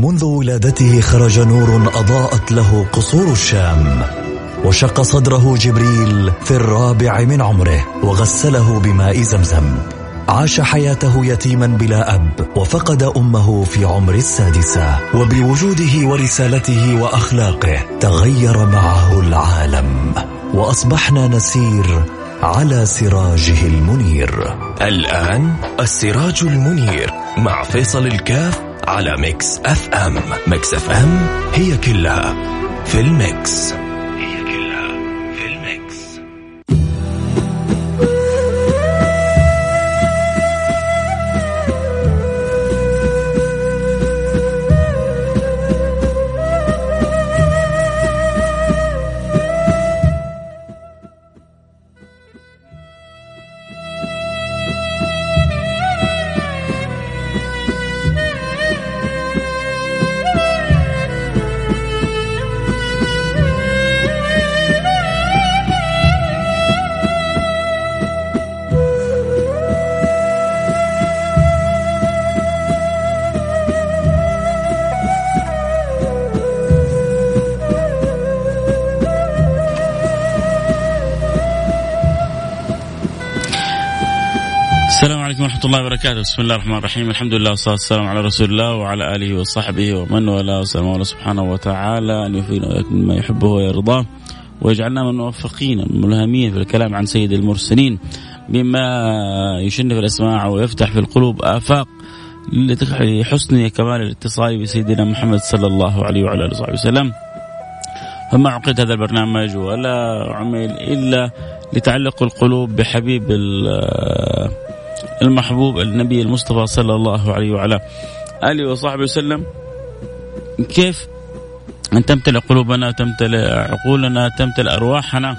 منذ ولادته خرج نور أضاءت له قصور الشام، وشق صدره جبريل في 4 من عمره وغسله بماء زمزم. عاش حياته يتيما بلا أب، وفقد أمه في عمر 6، وبوجوده ورسالته وأخلاقه تغير معه العالم، وأصبحنا نسير على سراجه المنير. الآن السراج المنير مع فيصل الكاف على ميكس اف ام. ميكس اف ام هي كلها في الميكس. السلام عليكم ورحمة الله وبركاته. بسم الله الرحمن الرحيم. الحمد لله والصلاة والسلام على رسول الله وعلى آله وصحبه ومن والاه. وسلم الله سبحانه وتعالى أن يوفقنا وإياكم ما يحبه ويرضاه، ويجعلنا من الموفقين الملهمين في الكلام عن سيد المرسلين بما يشنف الأسماع ويفتح في القلوب آفاق لحسن كمال الاتصال بسيدنا محمد صلى الله عليه وعلى آله وصحبه وسلم. فما عقد هذا البرنامج ولا عمل إلا لتعلق القلوب بحبيب المحبوب النبي المصطفى صلى الله عليه وعلى آله وصحبه وسلم. كيف أن تمتلئ قلوبنا، تمتلئ عقولنا، تمتلئ أرواحنا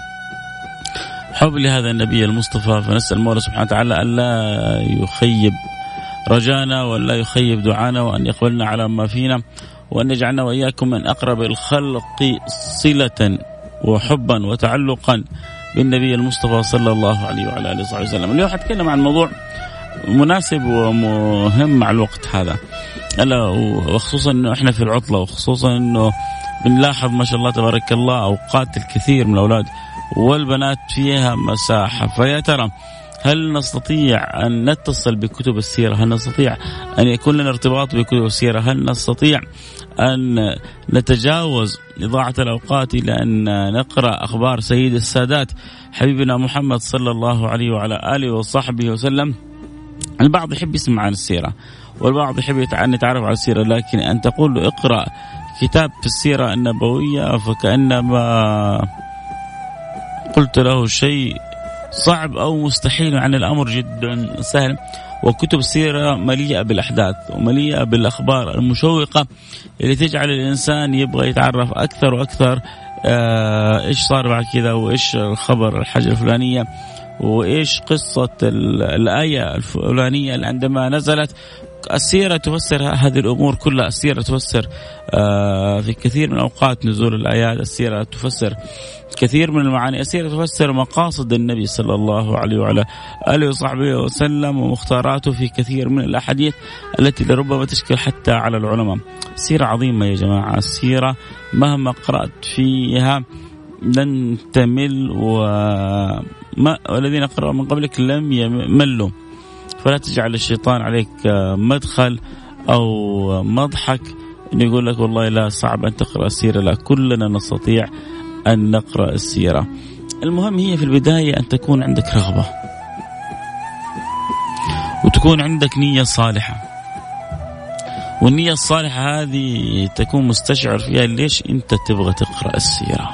حب لهذا النبي المصطفى. فنسأل الله سبحانه وتعالى ألا يخيب رجانا ولا يخيب دعانا، وأن يقبلنا على ما فينا، وأن يجعلنا وإياكم من أقرب الخلق صلة وحبا وتعلقا بالنبي المصطفى صلى الله عليه وعلى آله وصحبه وسلم. اليوم حتكلم عن موضوع مناسب ومهم مع الوقت هذا، وخصوصا أنه إحنا في العطلة، وخصوصا أنه بنلاحظ ما شاء الله تبارك الله أوقات الكثير من الأولاد والبنات فيها مساحة. فيا ترى هل نستطيع أن نتصل بكتب السيرة؟ هل نستطيع أن يكون لنا ارتباط بكتب السيرة؟ هل نستطيع أن نتجاوز إضاعة الأوقات إلى أن نقرأ أخبار سيد السادات حبيبنا محمد صلى الله عليه وعلى آله وصحبه وسلم؟ البعض يحب يسمع عن السيرة، والبعض يحب يتعرف على السيرة، لكن أن تقول له اقرأ كتاب في السيرة النبوية فكأنما قلت له شيء صعب أو مستحيل عن الأمر جدا سهل. وكتب السيرة مليئة بالأحداث ومليئة بالأخبار المشوقة اللي تجعل الإنسان يبغى يتعرف أكثر وأكثر إيش صار بعد كذا، وإيش الخبر الحاجة الفلانية، وإيش قصة الآية الفلانية اللي عندما نزلت. السيرة تفسر هذه الأمور كلها. السيرة تفسر في كثير من أوقات نزول الآيات. السيرة تفسر كثير من المعاني. السيرة تفسر مقاصد النبي صلى الله عليه وعلى آله وصحبه وسلم ومختاراته في كثير من الأحاديث التي لربما تشكل حتى على العلماء. السيرة عظيمة يا جماعة. السيرة مهما قرأت فيها لن تمل، والذين قرأوا من قبلك لم يملوا. فلا تجعل الشيطان عليك مدخل أو مضحك إن يقول لك والله لا صعب أن تقرأ السيرة. لا، كلنا نستطيع أن نقرأ السيرة. المهم هي في البداية أن تكون عندك رغبة، وتكون عندك نية صالحة، والنية الصالحة هذه تكون مستشعر فيها ليش أنت تبغى تقرأ السيرة.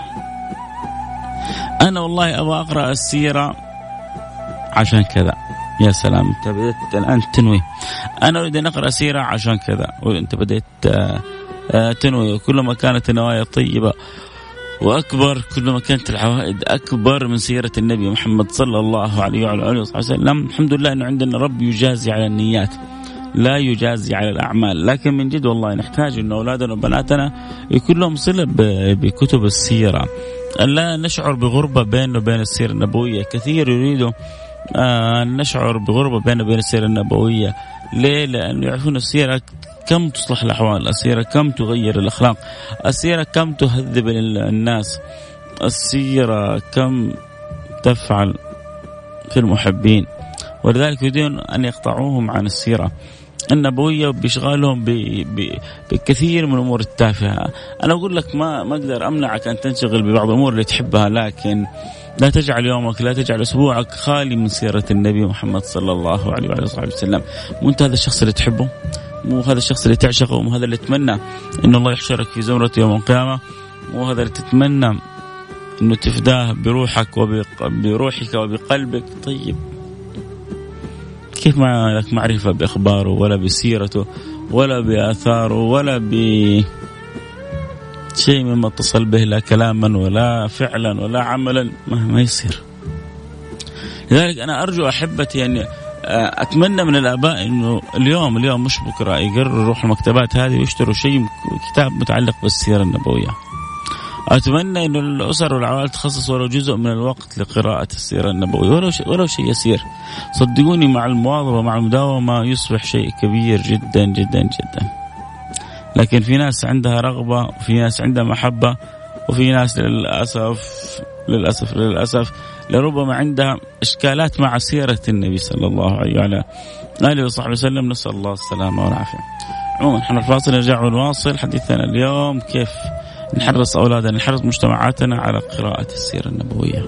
أنا والله أبغى أقرأ السيرة عشان كذا. يا سلام، أنت بدأت الآن تنوي. أنا أريد أن أقرأ سيرة عشان كذا، وأنت بدأت تنوي. كلما كانت النوايا طيبة وأكبر كلما كانت العوائد أكبر من سيرة النبي محمد صلى الله عليه وعلى آله وسلم. الحمد لله أنه عندنا رب يجازي على النيات لا يجازي على الأعمال. لكن من جد والله نحتاج أن أولادنا وبناتنا يكون لهم صلة بكتب السيرة، لا نشعر بغربة بيننا وبين السيرة النبوية. كثير يريدوا نشعر بغربة بيننا وبين السيرة النبوية. ليه؟ لأنه يعرفون السيرة كم تصلح الأحوال، السيرة كم تغير الأخلاق، السيرة كم تهذب الناس، السيرة كم تفعل في المحبين. ولذلك يريدون أن يقطعوهم عن السيرة النبوية بإشغالهم بكثير من الأمور التافهة. أنا أقول لك ما أقدر أمنعك أن تنشغل ببعض الأمور اللي تحبها، لكن لا تجعل يومك، لا تجعل أسبوعك خالي من سيرة النبي محمد صلى الله عليه وعلى صحبه وسلم. مو أنت هذا الشخص اللي تحبه، مو هذا الشخص اللي تعشقه، مو هذا اللي تتمنى إن الله يحشرك في زمرة يوم القيامة، مو هذا اللي تتمنى إنه تفداه بروحك وبروحك وبقلبك. طيب كيف ما لك معرفة بأخباره ولا بسيرته ولا بآثاره ولا بشيء مما اتصل به، لا كلاما ولا فعلا ولا عملا، ما يصير. لذلك أنا أرجو أحبتي أن أتمنى من الآباء إنه اليوم مش بكرة يقرروا يروحوا المكتبات هذه ويشتروا شيء كتاب متعلق بالسيرة النبوية. أتمنى إنه الأسر والعوائل تخصص ولو جزء من الوقت لقراءة السيرة النبوية، ولو شيء يسير. صدقوني مع المواظبة مع المداومة يصبح شيء كبير جدا جدا جدا. لكن في ناس عندها رغبة وفي ناس عندها محبة وفي ناس للأسف لربما عندها إشكالات مع سيرة النبي صلى الله عليه وعلى آله وصحبه وسلم. نسأل الله السلامة والعافية. عموما نحن الفاصل نرجع ونواصل حديثنا اليوم، كيف نحرص أولادنا، نحرص مجتمعاتنا على قراءة السيرة النبوية.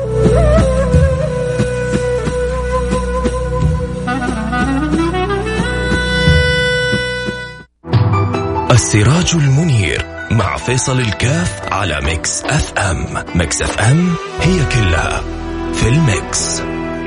السراج المنير مع فيصل الكاف على ميكس اف ام. ميكس اف ام هي كلها في الميكس.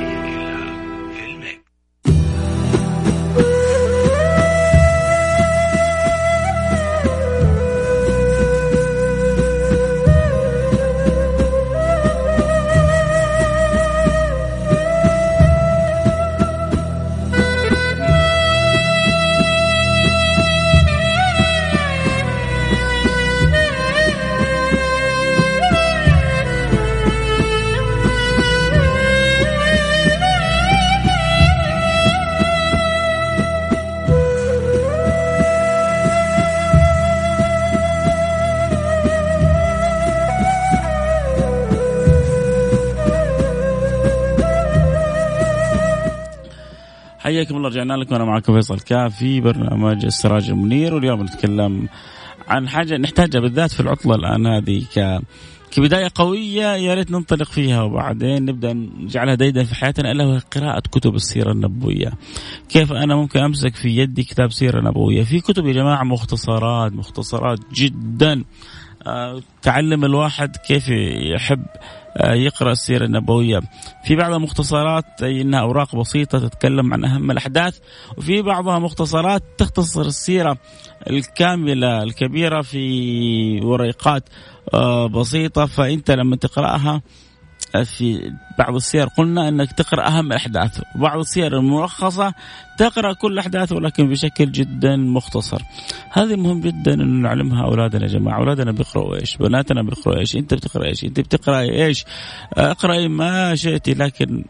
حياكم الله، رجعنا لكم. أنا معكم فيصل كاف في برنامج السراج المنير، واليوم نتكلم عن حاجة نحتاجها بالذات في العطلة الآن هذه كبداية قوية يا ريت ننطلق فيها، وبعدين نبدأ نجعلها ديدا في حياتنا، إلا وهي قراءة كتب السيرة النبوية. كيف أنا ممكن أمسك في يدي كتاب سيرة نبوية؟ في كتب يا جماعة مختصرات جدا تعلم الواحد كيف يحب يقرأ السيرة النبوية. في بعضها مختصرات أي إنها أوراق بسيطة تتكلم عن أهم الأحداث، وفي بعضها مختصرات تختصر السيرة الكاملة الكبيرة في ورقات بسيطة. فأنت لما تقرأها في بعض السير قلنا أنك تقرأ أهم الأحداث، وبعض السير الملخصة تقرأ كل الأحداث ولكن بشكل جدا مختصر. هذه مهم جدا أن نعلمها أولادنا يا جماعة. أولادنا بيقرأوا إيش، بناتنا بيقرأوا إيش، أنت بتقرأ إيش، أنت بتقرأ إيش. اقرأي ما شئتي، لكن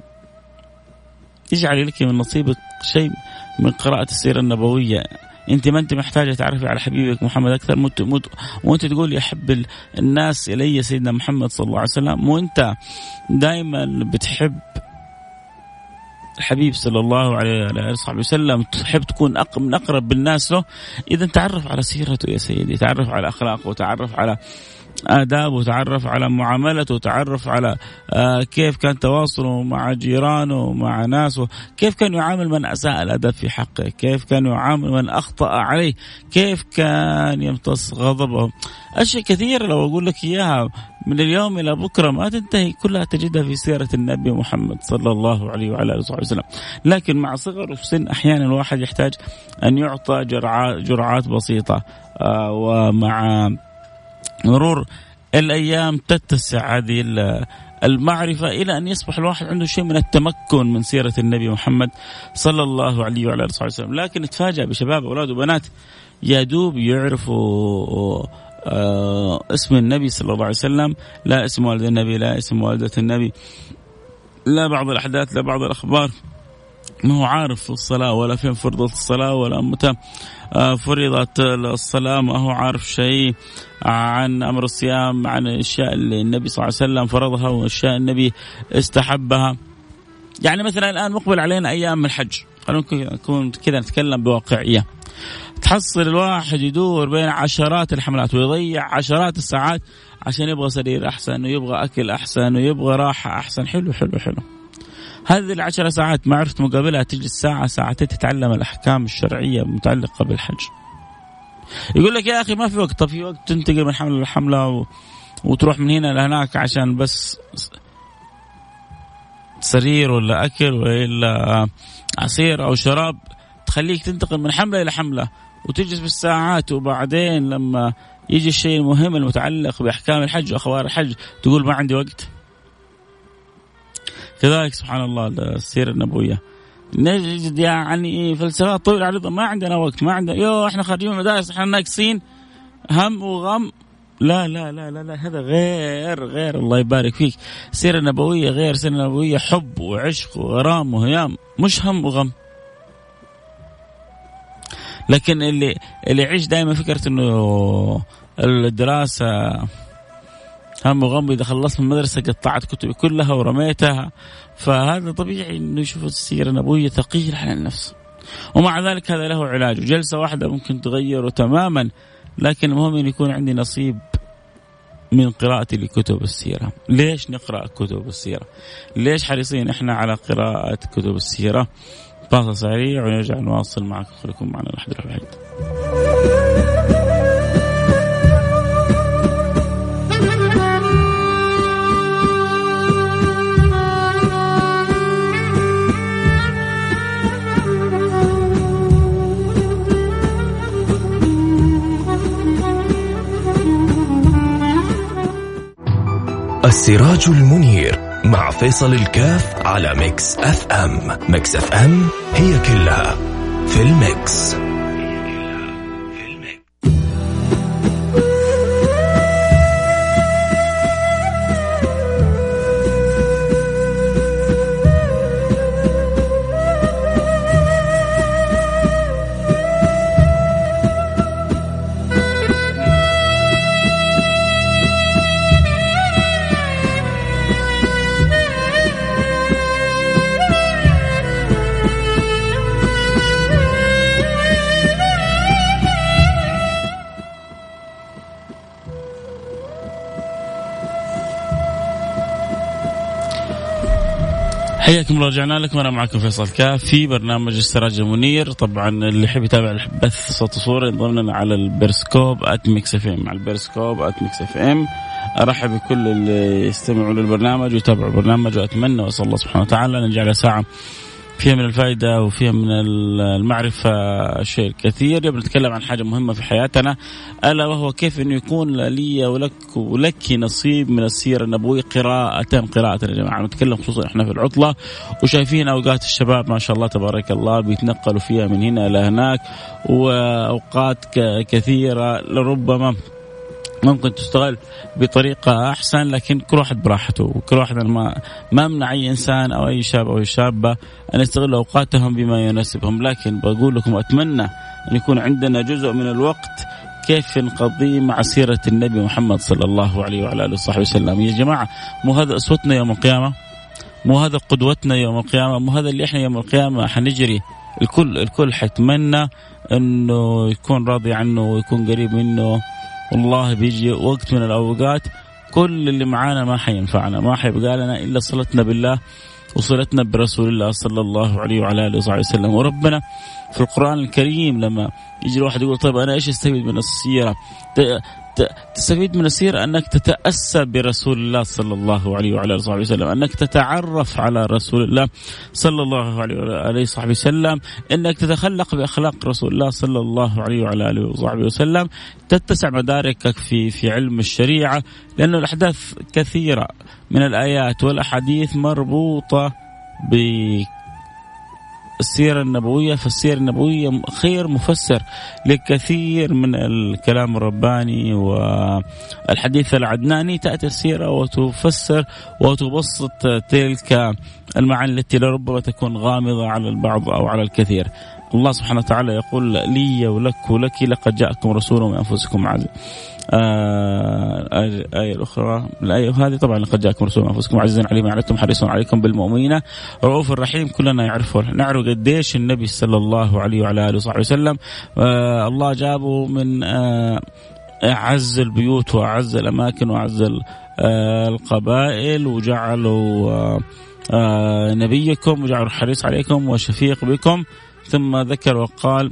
اجعلي لك من نصيبك شيء من قراءة السيرة النبوية. انت ما انت محتاجه تعرفي على حبيبك محمد اكثر، وانت تقول يحب الناس الي سيدنا محمد صلى الله عليه وسلم، وانت دائما بتحب الحبيب صلى الله عليه وصحبه وسلم، تحب تكون من اقرب بالناس له. اذا تعرف على سيرته يا سيدي، تعرف على اخلاقه، وتعرف على آداب، وتعرف على معاملته، وتعرف على كيف كان تواصله مع جيرانه ومع ناسه، كيف كان يعامل من أساء الأدب في حقه، كيف كان يعامل من أخطأ عليه، كيف كان يمتص غضبه. أشياء كثيرة لو أقول لك إياها من اليوم إلى بكرة ما تنتهي، كلها تجدها في سيرة النبي محمد صلى الله عليه وعلى آله وسلم. لكن مع صغر السن أحيانا الواحد يحتاج أن يعطى جرعات بسيطة، ومع مرور الأيام تتسع هذه المعرفة إلى أن يصبح الواحد عنده شيء من التمكن من سيرة النبي محمد صلى الله عليه وعلى آله وسلم. لكن نتفاجأ بشباب أولاد وبنات يدوب يعرفوا اسم النبي صلى الله عليه وسلم، لا اسم والد النبي، لا اسم والدة النبي، لا بعض الأحداث، لا بعض الأخبار. ما هو عارف الصلاة ولا فين فرضت الصلاة ولا متى فرضت الصلاة، ما هو عارف شيء عن أمر الصيام، عن الأشياء اللي النبي صلى الله عليه وسلم فرضها وأشياء النبي استحبها. يعني مثلا الآن مقبل علينا أيام الحج، خلونا نكون كذا نتكلم بواقعية. تحصل الواحد يدور بين عشرات الحملات ويضيع عشرات الساعات عشان يبغى سرير أحسن ويبغى أكل أحسن ويبغى راحة أحسن. حلو حلو حلو. هذه 10 ساعات ما عرفت مقابلها تجلس ساعة ساعتين تتعلم الأحكام الشرعية المتعلقة بالحج. يقول لك يا أخي ما في وقت. طب في وقت تنتقل من حملة لحملة وتروح من هنا لهناك عشان بس سرير ولا أكل ولا عصير أو شراب تخليك تنتقل من حملة إلى حملة وتجلس بالساعات، وبعدين لما يجي الشيء المهم المتعلق بأحكام الحج وأخبار الحج تقول ما عندي وقت. كذلك سبحان الله السيرة النبوية نجد يعني فلسفات طويلة عريضة، ما عندنا وقت، ما عندنا احنا خارجين من المدارس احنا ناقصين هم وغم. لا لا لا لا, لا. هذا غير الله يبارك فيك. السيرة النبوية غير. السيرة النبوية حب وعشق وغرام وهيام، مش هم وغم. لكن اللي يعيش دائما فكرة انه الدراسة هم وغم، إذا خلصت من المدرسة قطعت كتبي كلها ورميتها، فهذا طبيعي إنه يشوف السيرة النبوية ثقيل على النفس. ومع ذلك هذا له علاج، وجلسة واحدة ممكن تغيره تماما. لكن المهم أن يكون عندي نصيب من قراءتي لكتب السيرة. ليش نقرأ كتب السيرة؟ ليش حريصين إحنا على قراءة كتب السيرة؟ فاصل سريع ونرجع نواصل معكم. خليكم معنا لحد الحين. السراج المنير مع فيصل الكاف على ميكس اف ام. ميكس اف ام هي كلها في الميكس. حياكم الله. رجعنا لكم، أنا معكم فيصل كاف في برنامج السراج المنير. طبعا اللي يحب يتابع البث صوت وصورة ينضم لنا على البيرسكوب @mixfm، على البيرسكوب @mixfm. أرحب بكل اللي يستمعوا للبرنامج ويتابعوا البرنامج، وأتمنى وأسأل الله سبحانه وتعالى أن يجعل ساعة فيها من الفائدة وفيها من المعرفة شيء الكثير. يبقى نتكلم عن حاجة مهمة في حياتنا، ألا وهو كيف أن يكون لي ولك نصيب من السيرة النبوية قراءة يا جماعة. نتكلم خصوصا إحنا في العطلة وشايفين أوقات الشباب ما شاء الله تبارك الله بيتنقلوا فيها من هنا إلى هناك، وأوقات كثيرة لربما ممكن تستغل بطريقة أحسن، لكن كل واحد براحته. وكل واحد ما منع أي إنسان أو أي شاب أو شابة أن يستغل أوقاتهم بما يناسبهم. لكن بقول لكم أتمنى أن يكون عندنا جزء من الوقت كيف نقضي مع سيرة النبي محمد صلى الله عليه وعلى آله وصحبه وسلم. يا جماعة مو هذا أسوتنا يوم القيامة؟ مو هذا قدوتنا يوم القيامة؟ مو هذا اللي إحنا يوم القيامة حنجري الكل حيتمنى أنه يكون راضي عنه ويكون قريب منه. والله بيجي وقت من الأوقات كل اللي معانا ما حينفعنا، ما حيبقى لنا إلا صلتنا بالله وصلتنا برسول الله صلى الله عليه وعلى آله وصحبه وسلم. وربنا في القرآن الكريم لما يجي الواحد يقول طيب أنا إيش استفيد من السيرة؟ تستفيد من السيرة أنك تتأسى برسول الله صلى الله عليه وعلى آله وصحبه وسلم، أنك تتعرف على رسول الله صلى الله عليه وعلى آله وصحبه وسلم، أنك تتخلق بأخلاق رسول الله صلى الله عليه وعلى آله وصحبه وسلم، تتسع مداركك في علم الشريعة، لأن الأحداث كثيرة من الآيات والأحاديث مربوطة السيرة النبوية، فالسيرة النبوية خير مفسر لكثير من الكلام الرباني والحديث العدناني. تأتي السيرة وتفسر وتبسط تلك المعاني التي لربما تكون غامضة على البعض أو على الكثير. الله سبحانه وتعالى يقول لي ولك ولك لقد جاءكم رسول من أنفسكم عزيز. الآية الأخرى الآية هذه طبعا لقد جاءكم رسول من أنفسكم عزيز عليم ما عنتم حريص عليكم بالمؤمنين رؤوف الرحيم. كلنا نعرف قديش النبي صلى الله عليه وعلى آله وصحبه وسلم الله جابه من أعز البيوت وأعز الأماكن وأعز القبائل وجعلوا نبيكم وجعلوا حريص عليكم وشفيق بكم. ثم ذكر وقال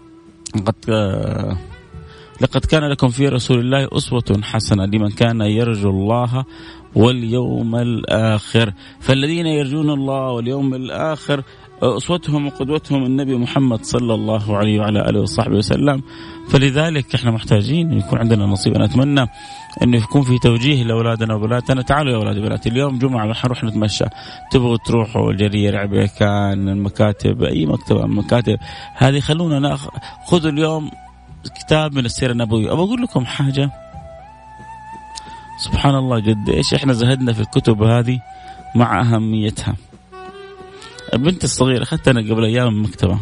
لقد كان لكم في رسول الله أسوة حسنة لمن كان يرجو الله واليوم الآخر. فالذين يرجون الله واليوم الآخر أسوتهم وقدوتهم النبي محمد صلى الله عليه وعلى آله وصحبه وسلم. فلذلك احنا محتاجين يكون عندنا نصيب. أنا أتمنى أنه يكون في توجيه لأولادنا وبناتنا. تعالوا يا أولادي وبناتي اليوم جمعة نروح نتمشى، تبغوا تروحوا الجرير عبيكان المكاتب أي مكتبة من المكاتب هذه خلونا خذوا اليوم كتاب من السيرة النبوية. أبغى أقول لكم حاجة سبحان الله قد إيش إحنا زهدنا في الكتب هذه مع أهميتها. بنتي الصغيرة أخذتها قبل أيام المكتبة،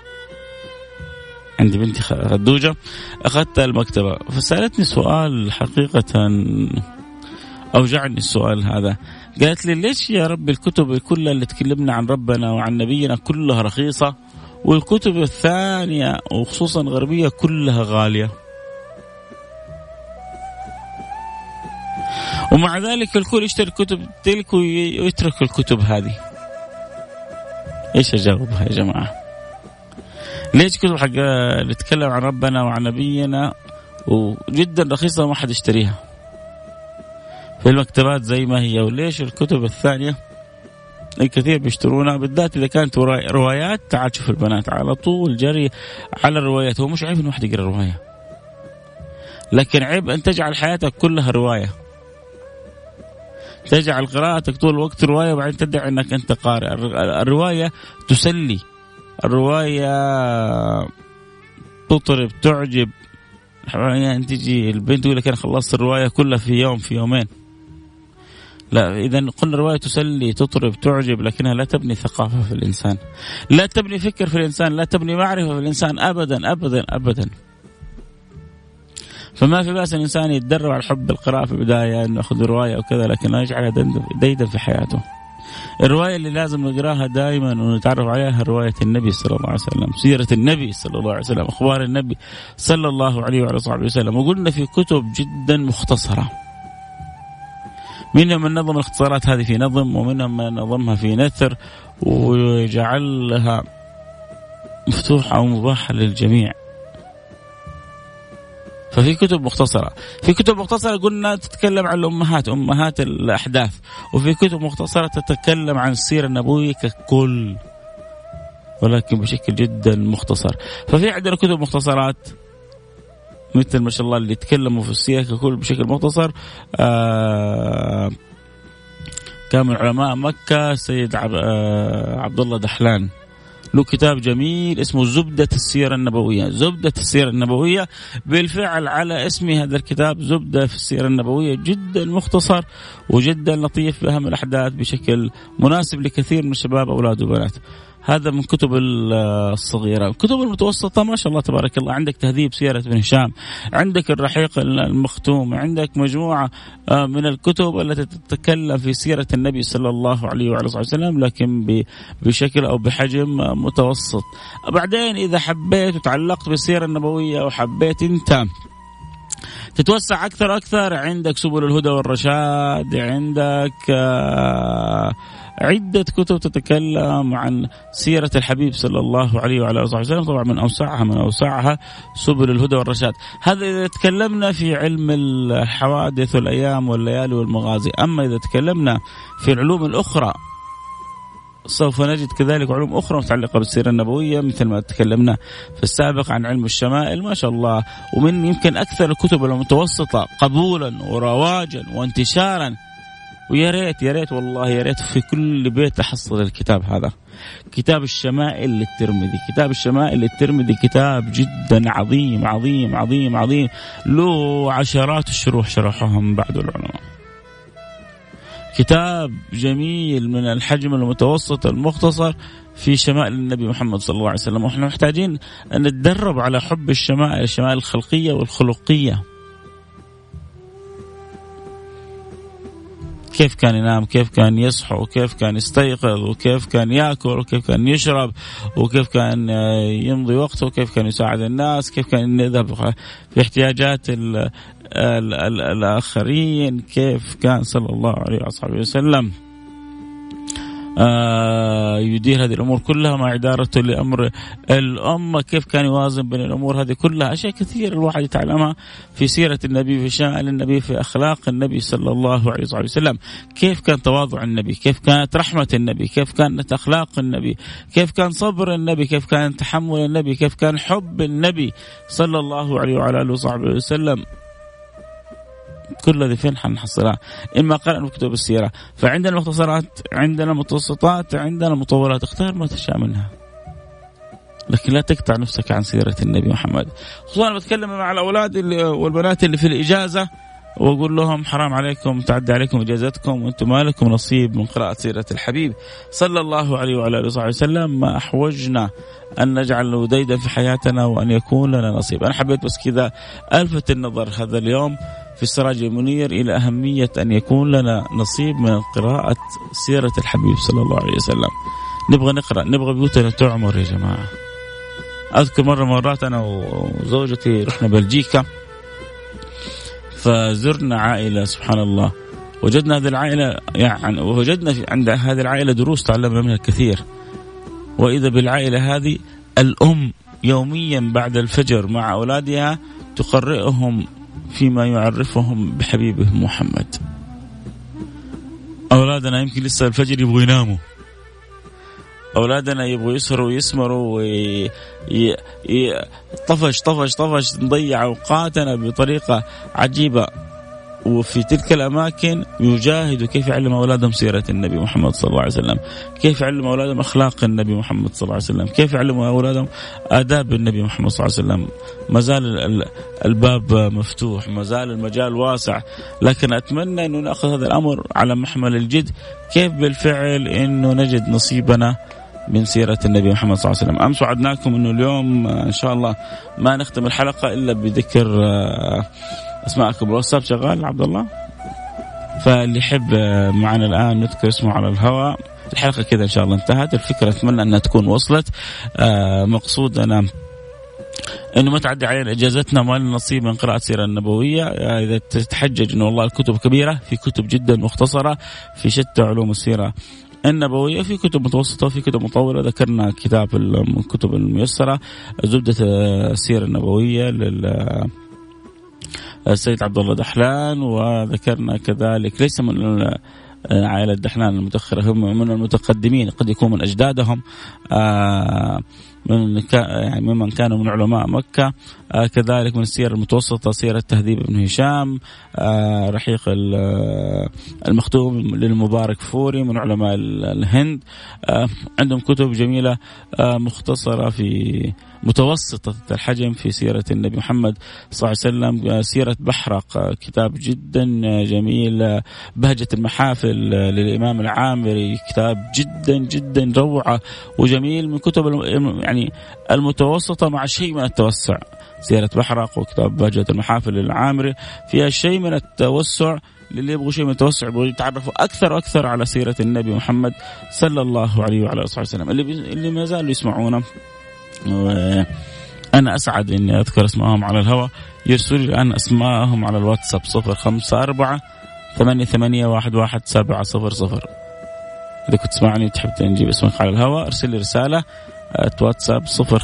عندي بنتي خدوجة أخذتها المكتبة فسألتني سؤال حقيقة أوجعني السؤال هذا. قالت لي ليش يا رب الكتب كلها اللي تكلمنا عن ربنا وعن نبينا كلها رخيصة والكتب الثانية وخصوصا غربية كلها غالية، ومع ذلك الكل يشتري الكتب تلك ويترك الكتب هذه؟ ايش اجاوبها يا جماعة؟ ليش كتب حق نتكلم عن ربنا وعن نبينا وجدا رخيصة وما حد يشتريها في المكتبات زي ما هي، وليش الكتب الثانية الكثير بيشترونها بالذات إذا كانت روايات؟ تعال شوف البنات على طول جري على الروايات. هو مش عيب إن واحد يقرأ رواية، لكن عيب أن تجعل حياتك كلها رواية، تجعل قراءتك طول الوقت رواية وبعدين تدعي أنك أنت قارئ. الرواية تسلي، الرواية تطرب تعجب. يعني تجي البنت تقول لك أنا خلصت الرواية كلها في يوم في يومين. لا، إذا قلنا الرواية تسلي تطرب تعجب لكنها لا تبني ثقافة في الإنسان، لا تبني فكر في الإنسان، لا تبني معرفة في الإنسان أبدا أبدا أبدا. فما في بأس الإنسان يتدرب على حب القراءة في البداية إنه يأخذ رواية أو كذا، لكن لا يجعلها ديدا في حياته. الرواية اللي لازم نقراها دائما ونتعرف عليها رواية النبي صلى الله عليه وسلم، سيرة النبي صلى الله عليه وسلم، أخبار النبي صلى الله عليه وعلى صحبه وسلم. وقلنا في كتب جدا مختصرة، منهم من نظم الاختصارات هذه في نظم، ومنهم من نظمها في نثر وجعلها مفتوحة أو مباحة للجميع. ففي كتب مختصرة، في كتب مختصرة قلنا تتكلم عن الأمهات أمهات الأحداث، وفي كتب مختصرة تتكلم عن السيرة النبوية ككل ولكن بشكل جدا مختصر. ففي عندنا كتب مختصرات مثل ما شاء الله اللي يتكلموا في السيرة ككل بشكل مختصر. كان من علماء مكة سيد عبد الله دحلان، له كتاب جميل اسمه زبدة السيرة النبوية. زبدة السيرة النبوية بالفعل على اسم هذا الكتاب، زبدة في السيرة النبوية، جدا مختصر وجدا لطيف بأهم الأحداث بشكل مناسب لكثير من الشباب أولاد وبنات. هذا من كتب الصغيرة. الكتب المتوسطة ما شاء الله تبارك الله، عندك تهذيب سيرة بن هشام، عندك الرحيق المختوم، عندك مجموعة من الكتب التي تتكلم في سيرة النبي صلى الله عليه وعلى صحبه وسلم لكن بشكل أو بحجم متوسط. بعدين إذا حبيت وتعلقت بالسيرة النبوية وحبيت أنت تتوسع أكثر أكثر، عندك سبل الهدى والرشاد، عندك عدة كتب تتكلم عن سيرة الحبيب صلى الله عليه وعلى آله وسلم. طبعا من أوسعها سبل الهدى والرشاد. هذا إذا تكلمنا في علم الحوادث والأيام والليالي والمغازي. أما إذا تكلمنا في العلوم الأخرى سوف نجد كذلك علوم أخرى متعلقة بالسيرة النبوية، مثل ما تكلمنا في السابق عن علم الشمائل ما شاء الله. ومن يمكن أكثر الكتب المتوسطة قبولا ورواجا وانتشارا ويا ريت يا ريت والله يا ريت في كل بيت أحصل الكتاب هذا، كتاب الشمائل للترمذي. كتاب الشمائل للترمذي كتاب جدا عظيم عظيم عظيم عظيم، له عشرات الشروح شرحوها من بعد العلماء. كتاب جميل من الحجم المتوسط المختصر في شمائل النبي محمد صلى الله عليه وسلم. وإحنا محتاجين أن نتدرب على حب الشمائل، الشمائل الخلقية والخلقية. كيف كان ينام، كيف كان يصحى، وكيف كان يستيقظ، وكيف كان يأكل، وكيف كان يشرب، وكيف كان يمضي وقته، وكيف كان يساعد الناس، كيف كان يذهب في احتياجات الآخرين، كيف كان صلى الله عليه وصحبه وسلم يدير هذه الأمور كلها مع إدارته لأمر الأمة، كيف كان يوازن بين الأمور هذه كلها. أشياء كثير الواحد يتعلمها في سيرة النبي، في شأن النبي، في أخلاق النبي صلى الله عليه وسلم. كيف كان تواضع النبي، كيف كانت رحمة النبي، كيف كانت أخلاق النبي، كيف كان صبر النبي، كيف كان تحمل النبي، كيف كان حب النبي صلى الله عليه وعلى آله وصحبه وسلم. كل هذه فين حنحصلها؟ إما قرأنا كتب السيرة. فعندنا مختصرات، عندنا متوسطات، عندنا مطولات، اختار ما تشاء منها، لكن لا تقطع نفسك عن سيرة النبي محمد. خصوصا أنا بتكلم مع الأولاد والبنات اللي في الإجازة، وأقول لهم حرام عليكم تعدي عليكم إجازتكم وأنتم ما لكم نصيب من قراءة سيرة الحبيب صلى الله عليه وعلى آله وصحبه وسلم. ما أحوجنا أن نجعل له ديدا في حياتنا وأن يكون لنا نصيب. أنا حبيت بس كذا ألفت النظر هذا اليوم في السراج المنير إلى أهمية أن يكون لنا نصيب من قراءة سيرة الحبيب صلى الله عليه وسلم. نبغى نقرأ، نبغى بيوتنا تعمر يا جماعة. أذكر مرات أنا وزوجتي رحنا بلجيكا، فزرنا عائلة سبحان الله، وجدنا هذه العائلة يعني وجدنا عند هذه العائلة دروس تعلمنا منها الكثير. وإذا بالعائلة هذه الأم يوميا بعد الفجر مع أولادها تقرئهم فيما يعرفهم بحبيبه محمد. أولادنا يمكن لسه الفجر يبغوا يناموا، أولادنا يبغوا يسهروا ويسمروا طفش نضيع أوقاتنا بطريقة عجيبة. وفي تلك الأماكن يجاهدوا كيف يعلم أولادهم سيرة النبي محمد صلى الله عليه وسلم، كيف يعلم أولادهم أخلاق النبي محمد صلى الله عليه وسلم، كيف يعلم أولادهم آداب النبي محمد صلى الله عليه وسلم. ما زال الباب مفتوح، ما زال المجال واسع، لكن أتمنى أنه نأخذ هذا الأمر على محمل الجد، كيف بالفعل أنه نجد نصيبنا من سيرة النبي محمد صلى الله عليه وسلم. أمس وعدناكم أنه اليوم إن شاء الله ما نختم الحلقة إلا بذكر أسماءكم. الواتساب شغال عبد الله، فاللي يحب معنا الآن نذكر اسمه على الهواء. الحلقة كذا إن شاء الله انتهت. الفكرة أتمنى أنها تكون وصلت. مقصودنا إنه ما تعدي علينا إجازتنا ما لنا نصيب من قراءة السيرة النبوية. إذا تتحجج إنه والله الكتب كبيرة، في كتب جدا مختصرة في شتى علوم السيرة النبوية، في كتب متوسطة، في كتب مطولة. ذكرنا كتاب الكتب الميسرة زبدة السيرة النبوية السيد عبد الله دحلان، وذكرنا كذلك ليس من عائلة دحلان المتأخرة، هم من المتقدمين، قد يكون من أجدادهم يعني ممن كانوا من علماء مكة. كذلك من السيرة المتوسطة سيرة تهذيب ابن هشام، رحيق المختوم للمبارك فوري من علماء الهند. عندهم كتب جميلة مختصرة في متوسطة الحجم في سيرة النبي محمد صلى الله عليه وسلم. سيرة بحرق كتاب جدا جميل. بهجة المحافل للإمام العامري كتاب جدا جدا روعة وجميل، من كتب يعني المتوسطة مع شيء من التوسع. سيرة بحرق وكتاب بهجة المحافل للعامري فيها شيء من التوسع للي يبغوا شيء من التوسع، يبغوا يتعرفوا أكثر وأكثر على سيرة النبي محمد صلى الله عليه وعلى آله وسلم. اللي ما زالوا يسمعونا وأنا أسعد إني أذكر اسمائهم على الهواء، يرسلوا لي الآن اسمائهم على الواتساب 0548811700. إذا كنت تسمعني تحب نجيب اسمك على الهواء ارسل لي رسالة واتساب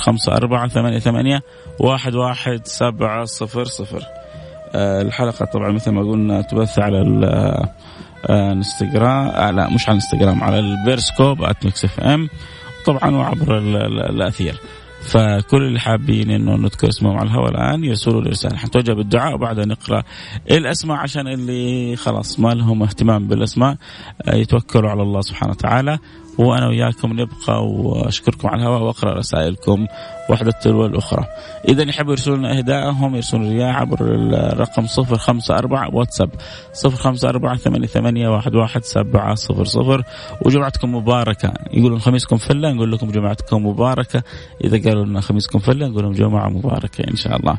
0548811700. الحلقة طبعا مثل ما قلنا تبث على الانستغرام، لا مش على الانستغرام، على البيرسكوب @mixfm طبعا وعبر الأثير. فكل اللي حابين انه نذكر اسمهم على الهواء الان يرسلوا لي رساله، حنتوجه بالدعاء وبعدها نقرا الاسماء عشان اللي خلاص ما لهم اهتمام بالاسماء يتوكلوا على الله سبحانه وتعالى، وأنا وياكم نبقى وأشكركم على الهواء وأقرأ رسائلكم واحدة تلو الأخرى. إذا يحبوا يرسلون أهداءهم يرسلون رياء عبر الرقم 054 واتساب 05488111700. وجمعتكم مباركة. يقولون خميسكم فلة، نقول لكم جمعتكم مباركة. إذا قالوا لنا خميسكم فلة نقول لهم جمعة مباركة إن شاء الله.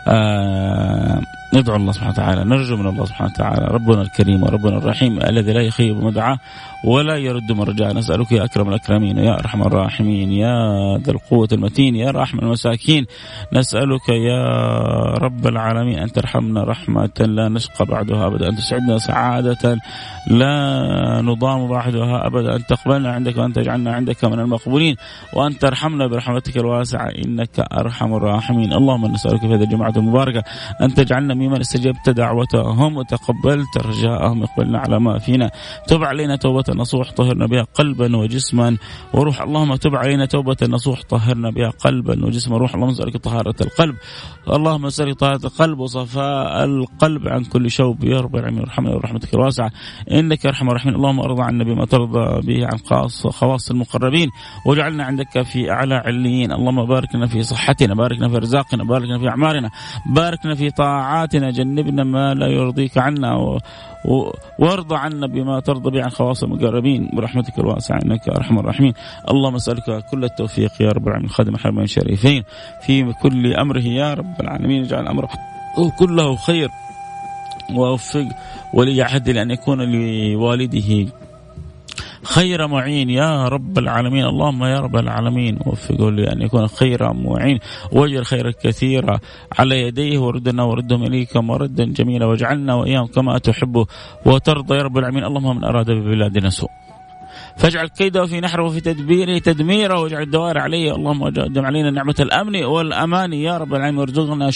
ندعو الله سبحانه وتعالى، نرجو من الله سبحانه وتعالى ربنا الكريم وربنا الرحيم الذي لا يخيب مدعاه ولا يرد من رجاء. نسألك يا أكرم الأكرمين ويا أرحم الراحمين يا ذا القوة المتين يا راحم المساكين، نسألك يا رب العالمين أن ترحمنا رحمة لا نشقى بعدها أبدا، أن تسعدنا سعادة لا نضام بعدها أبدا، أن تقبلنا عندك وأن تجعلنا عندك من المقبولين، وأن ترحمنا برحمتك الواسعة إنك أرحم الراحمين. اللهم نسألك في هذه الجماعة المباركة أن تجعلنا ممن استجبت دعوتهم وتقبلت رجاءهم، اقبلنا على ما فينا، تب علينا توبة نصوح طهرنا بها قلبا وجسما وروح. اللهم تب علينا توبة نصوح طهرنا بها قلبا وجسما وروح. اللهم نسألك طهارة القلب، اللهم نسألك طهارة القلب وصفاء القلب عن كل شوب يا رب العالمين، ورحمنا ورحمتك الواسعة إنك أرحم الراحمين. اللهم ارضى عنا بما ترضى به عن خواص المقربين، واجعلنا عندك في أعلى عليين. اللهم بارك لنا في صحتنا، بارك لنا في رزاقنا، بارك لنا في أعمارنا، بارك لنا في طاعاتنا، جنبنا ما لا يرضيك عنا وارضى عنا بما ترضى به عن خواص المقربين برحمتك الواسعة إنك أرحم الراحمين. اللهم أسألك كل التوفيق يا رب العالمين، خادم الحرمين الشريفين في كل أمره يا رب العالمين، اجعل أمره كله خير، ووفق ولي عهد لأن يكون لوالده خير معين يا رب العالمين. اللهم يا رب العالمين وفقه لأن يكون خير معين، واجعل خير كثيرا على يديه، وردنا وردهم إليك مردا جميلا، واجعلنا وإياهم كما تحب وترضى يا رب العالمين. اللهم من أراد ببلادنا سوء فاجعل كيده في نحره وفي تدبيره تدميره، واجعل الدوائر عليه. اللهم اجعل علينا نعمة الأمن والأمان يا رب العالمين، وارزقنا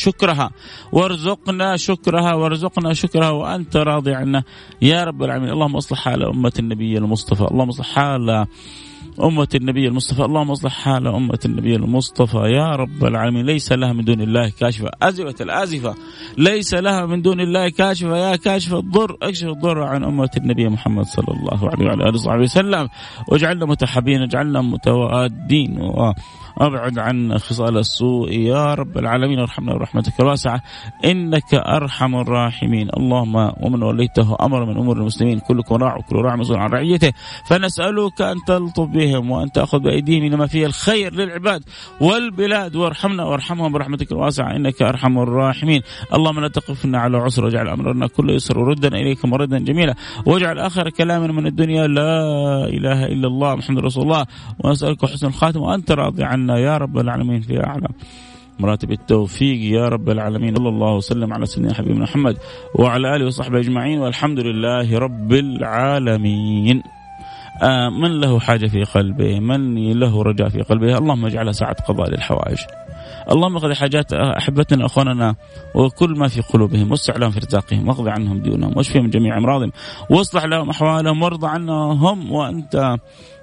شكرها وأنت راضي عنا يا رب العالمين. اللهم اصلح حال أمة النبي المصطفى، اللهم اصلح حال أمة النبي المصطفى، اللهم اصلح حال أمة النبي المصطفى يا رب العالمين. ليس لها من دون الله كاشفة، أزفت الآزفة، ليس لها من دون الله كاشفة، يا كاشف الضر اكشف الضر عن أمة النبي محمد صلى الله عليه وعلى آله وصحبه وسلم، واجعلنا متحابين، اجعلنا متوادين، وأبعد عن خصال السوء يا رب العالمين، وارحمنا برحمتك الواسعة إنك أرحم الراحمين. اللهم ومن وليته أمر من أمور المسلمين كلكم راع وكل راع مسؤول عن رعيته، فنسألك أن تلطف بهم وأن تأخذ بأيديهم إلى ما فيه الخير للعباد والبلاد، وارحمنا وارحمهم برحمتك الواسعة إنك أرحم الراحمين. اللهم لا تقفنا على عسر، واجعل أمرنا كله يسر، وردنا إليك مردا جميلا، واجعل آخر كلامنا من الدنيا لا إله إلا الله محمد رسول الله، ونسألك حسن الخاتم وأنت راضي عنا يا رب العالمين في أعلى مراتب التوفيق يا رب العالمين. صلى الله وسلم على سيدنا حبيبنا محمد وعلى آله وصحبه أجمعين، والحمد لله رب العالمين. من له حاجة في قلبه، من له رجاء في قلبه، اللهم اجعلها ساعة قضاء للحوائج. اللهم اقضي حاجات أحبتنا أخواننا وكل ما في قلوبهم، وسع لهم في رزاقهم، واقضي عنهم ديونهم، واشفهم جميع أمراضهم، واصلح لهم أحوالهم، وارض عنهم، وأنت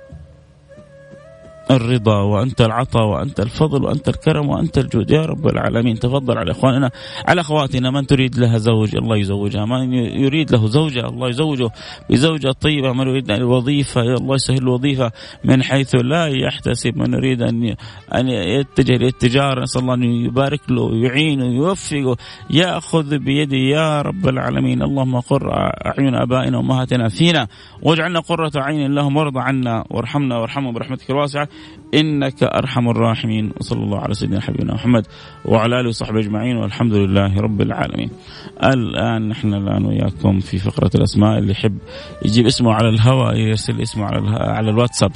الرضا وأنت العطاء وأنت الفضل وأنت الكرم وأنت الجود يا رب العالمين. تفضل على إخواننا على أخواتنا، من تريد لها زوج الله يزوجها، من يريد له زوجة الله يزوجه بزوجة طيبة، من يريد الوظيفة الله يسهل الوظيفة من حيث لا يحتسب، من يريد أن يتجه للتجارة نسأل الله أن يبارك له ويعينه ويوفقه، يأخذ بيده يا رب العالمين. اللهم قر أعين آبائنا وأمهاتنا فينا، واجعلنا قرة عين لهم، وارض عنا وارحمنا وارحمهم برحمتك الواسعة إنك أرحم الراحمين. وصلى الله على سيدنا حبيبنا محمد وعلى آله وصحبه أجمعين، والحمد لله رب العالمين. الآن نحن وياكم في فقرة الأسماء، اللي يحب يجيب اسمه على الهواء يرسل اسمه على الواتساب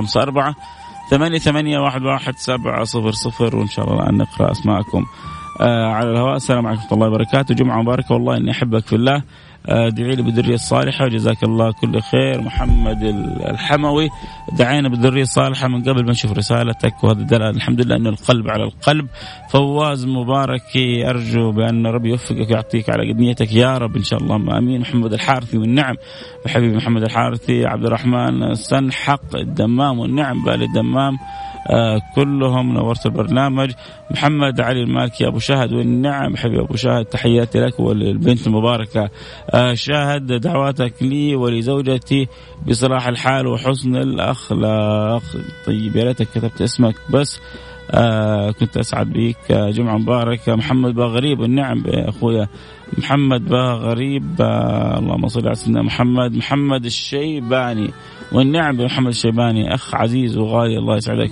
054-8811-700، وإن شاء الله الآن نقرأ أسماءكم على الهواء. السلام عليكم ورحمة الله وبركاته، جمعة مباركة، والله إني أحبك في الله. ادعي لي بالذرية الصالحة وجزاك الله كل خير. محمد الحموي دعينا بالذرية الصالحة من قبل ما نشوف رسالتك، وهذا دلالة الحمد لله أن القلب على القلب. فواز مباركي أرجو بأن ربي يوفقك ويعطيك على قدنيتك يا رب إن شاء الله آمين. محمد الحارثي والنعم بحبيبي محمد الحارثي. عبد الرحمن سنحق الدمام والنعم بالي الدمام كلهم نورت البرنامج. محمد علي المالكي أبو شاهد والنعم حبيبي أبو شاهد تحياتي لك والبنت المباركة شاهد دعواتك لي ولزوجتي بصلاح الحال وحسن الأخلاق. طيب يا ريتك كتبت اسمك بس كنت أسعد بيك. جمعة مباركة. محمد باغريب والنعم أخويا محمد باغريب اللهم صل على سيدنا محمد. محمد الشيباني والنعم بمحمد الشيباني أخ عزيز وغالي الله يسعدك.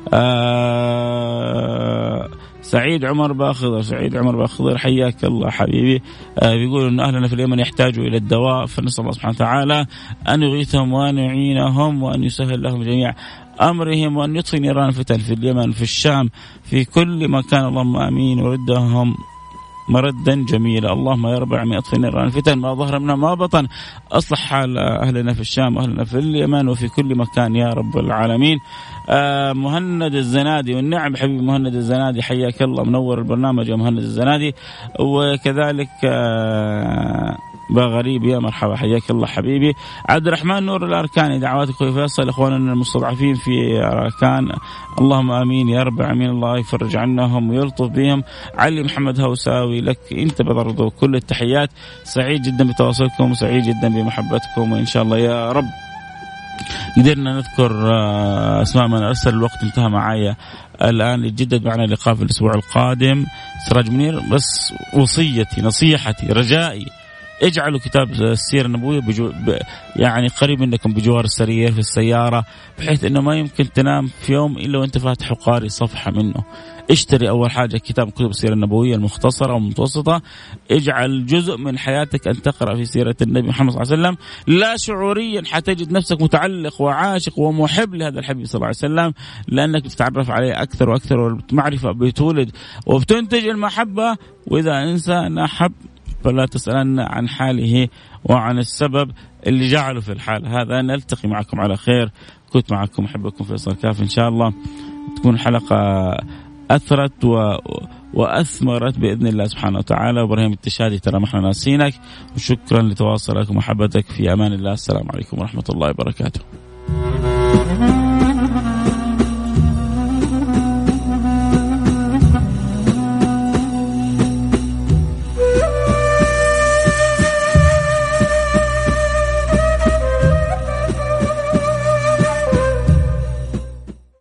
سعيد عمر باخضر. سعيد عمر باخضر حياك الله حبيبي. بيقولوا أن أهلنا في اليمن يحتاجوا إلى الدواء، فنسأل الله سبحانه وتعالى أن يغيثهم وأن يعينهم وأن يسهل لهم جميع أمرهم وأن يطفي نيران الفتن في اليمن في الشام في كل مكان اللهم آمين وردهم مردا جميلا. اللهم يا رب العالمين اطفئ نيران الفتن ما ظهر منها ما بطن. اصلح حال اهلنا في الشام واهلنا في اليمن وفي كل مكان يا رب العالمين. مهند الزنادي والنعم حبيبي مهند الزنادي حياك الله منور البرنامج يا مهند الزنادي. وكذلك باغريب يا مرحبا حياك الله حبيبي. عبد الرحمن نور الأركاني دعواتك أخوي فيصل إخواننا المستضعفين في أركان اللهم آمين يا رب العالمين الله يفرج عنهم ويلطف بهم. علي محمد هوساوي لك أنت برضو كل التحيات. سعيد جدا بتواصلكم وسعيد جدا بمحبتكم وإن شاء الله يا رب قدرنا نذكر اسماء من أرسل. الوقت انتهى معايا الآن. يتجدد معنا اللقاء في الأسبوع القادم. سراج منير بس وصيتي نصيحتي رجائي اجعلوا كتاب السيرة النبوية يعني قريب منكم بجوار السرير في السيارة بحيث انه ما يمكن تنام في يوم الا وانت فاتح وقاري صفحة منه. اشتري اول حاجة كتاب كتب السيرة النبوية المختصرة او المتوسطة. اجعل جزء من حياتك ان تقرأ في سيرة النبي محمد صلى الله عليه وسلم. لا شعوريا حتجد نفسك متعلق وعاشق ومحب لهذا الحبيب صلى الله عليه وسلم لانك بتتعرف عليه اكثر واكثر والمعرفة بتولد وبتنتج المحبة. واذا انسان احب فلا تسألن عن حاله وعن السبب اللي جعله في الحال هذا. نلتقي معكم على خير. كنت معكم أحبكم فيصل كاف. إن شاء الله تكون حلقة أثرت وأثمرت بإذن الله سبحانه وتعالى. وإبراهيم التشادي ترى ما احنا ناسينك وشكرا لتواصلك ومحبتك في أمان الله. السلام عليكم ورحمة الله وبركاته.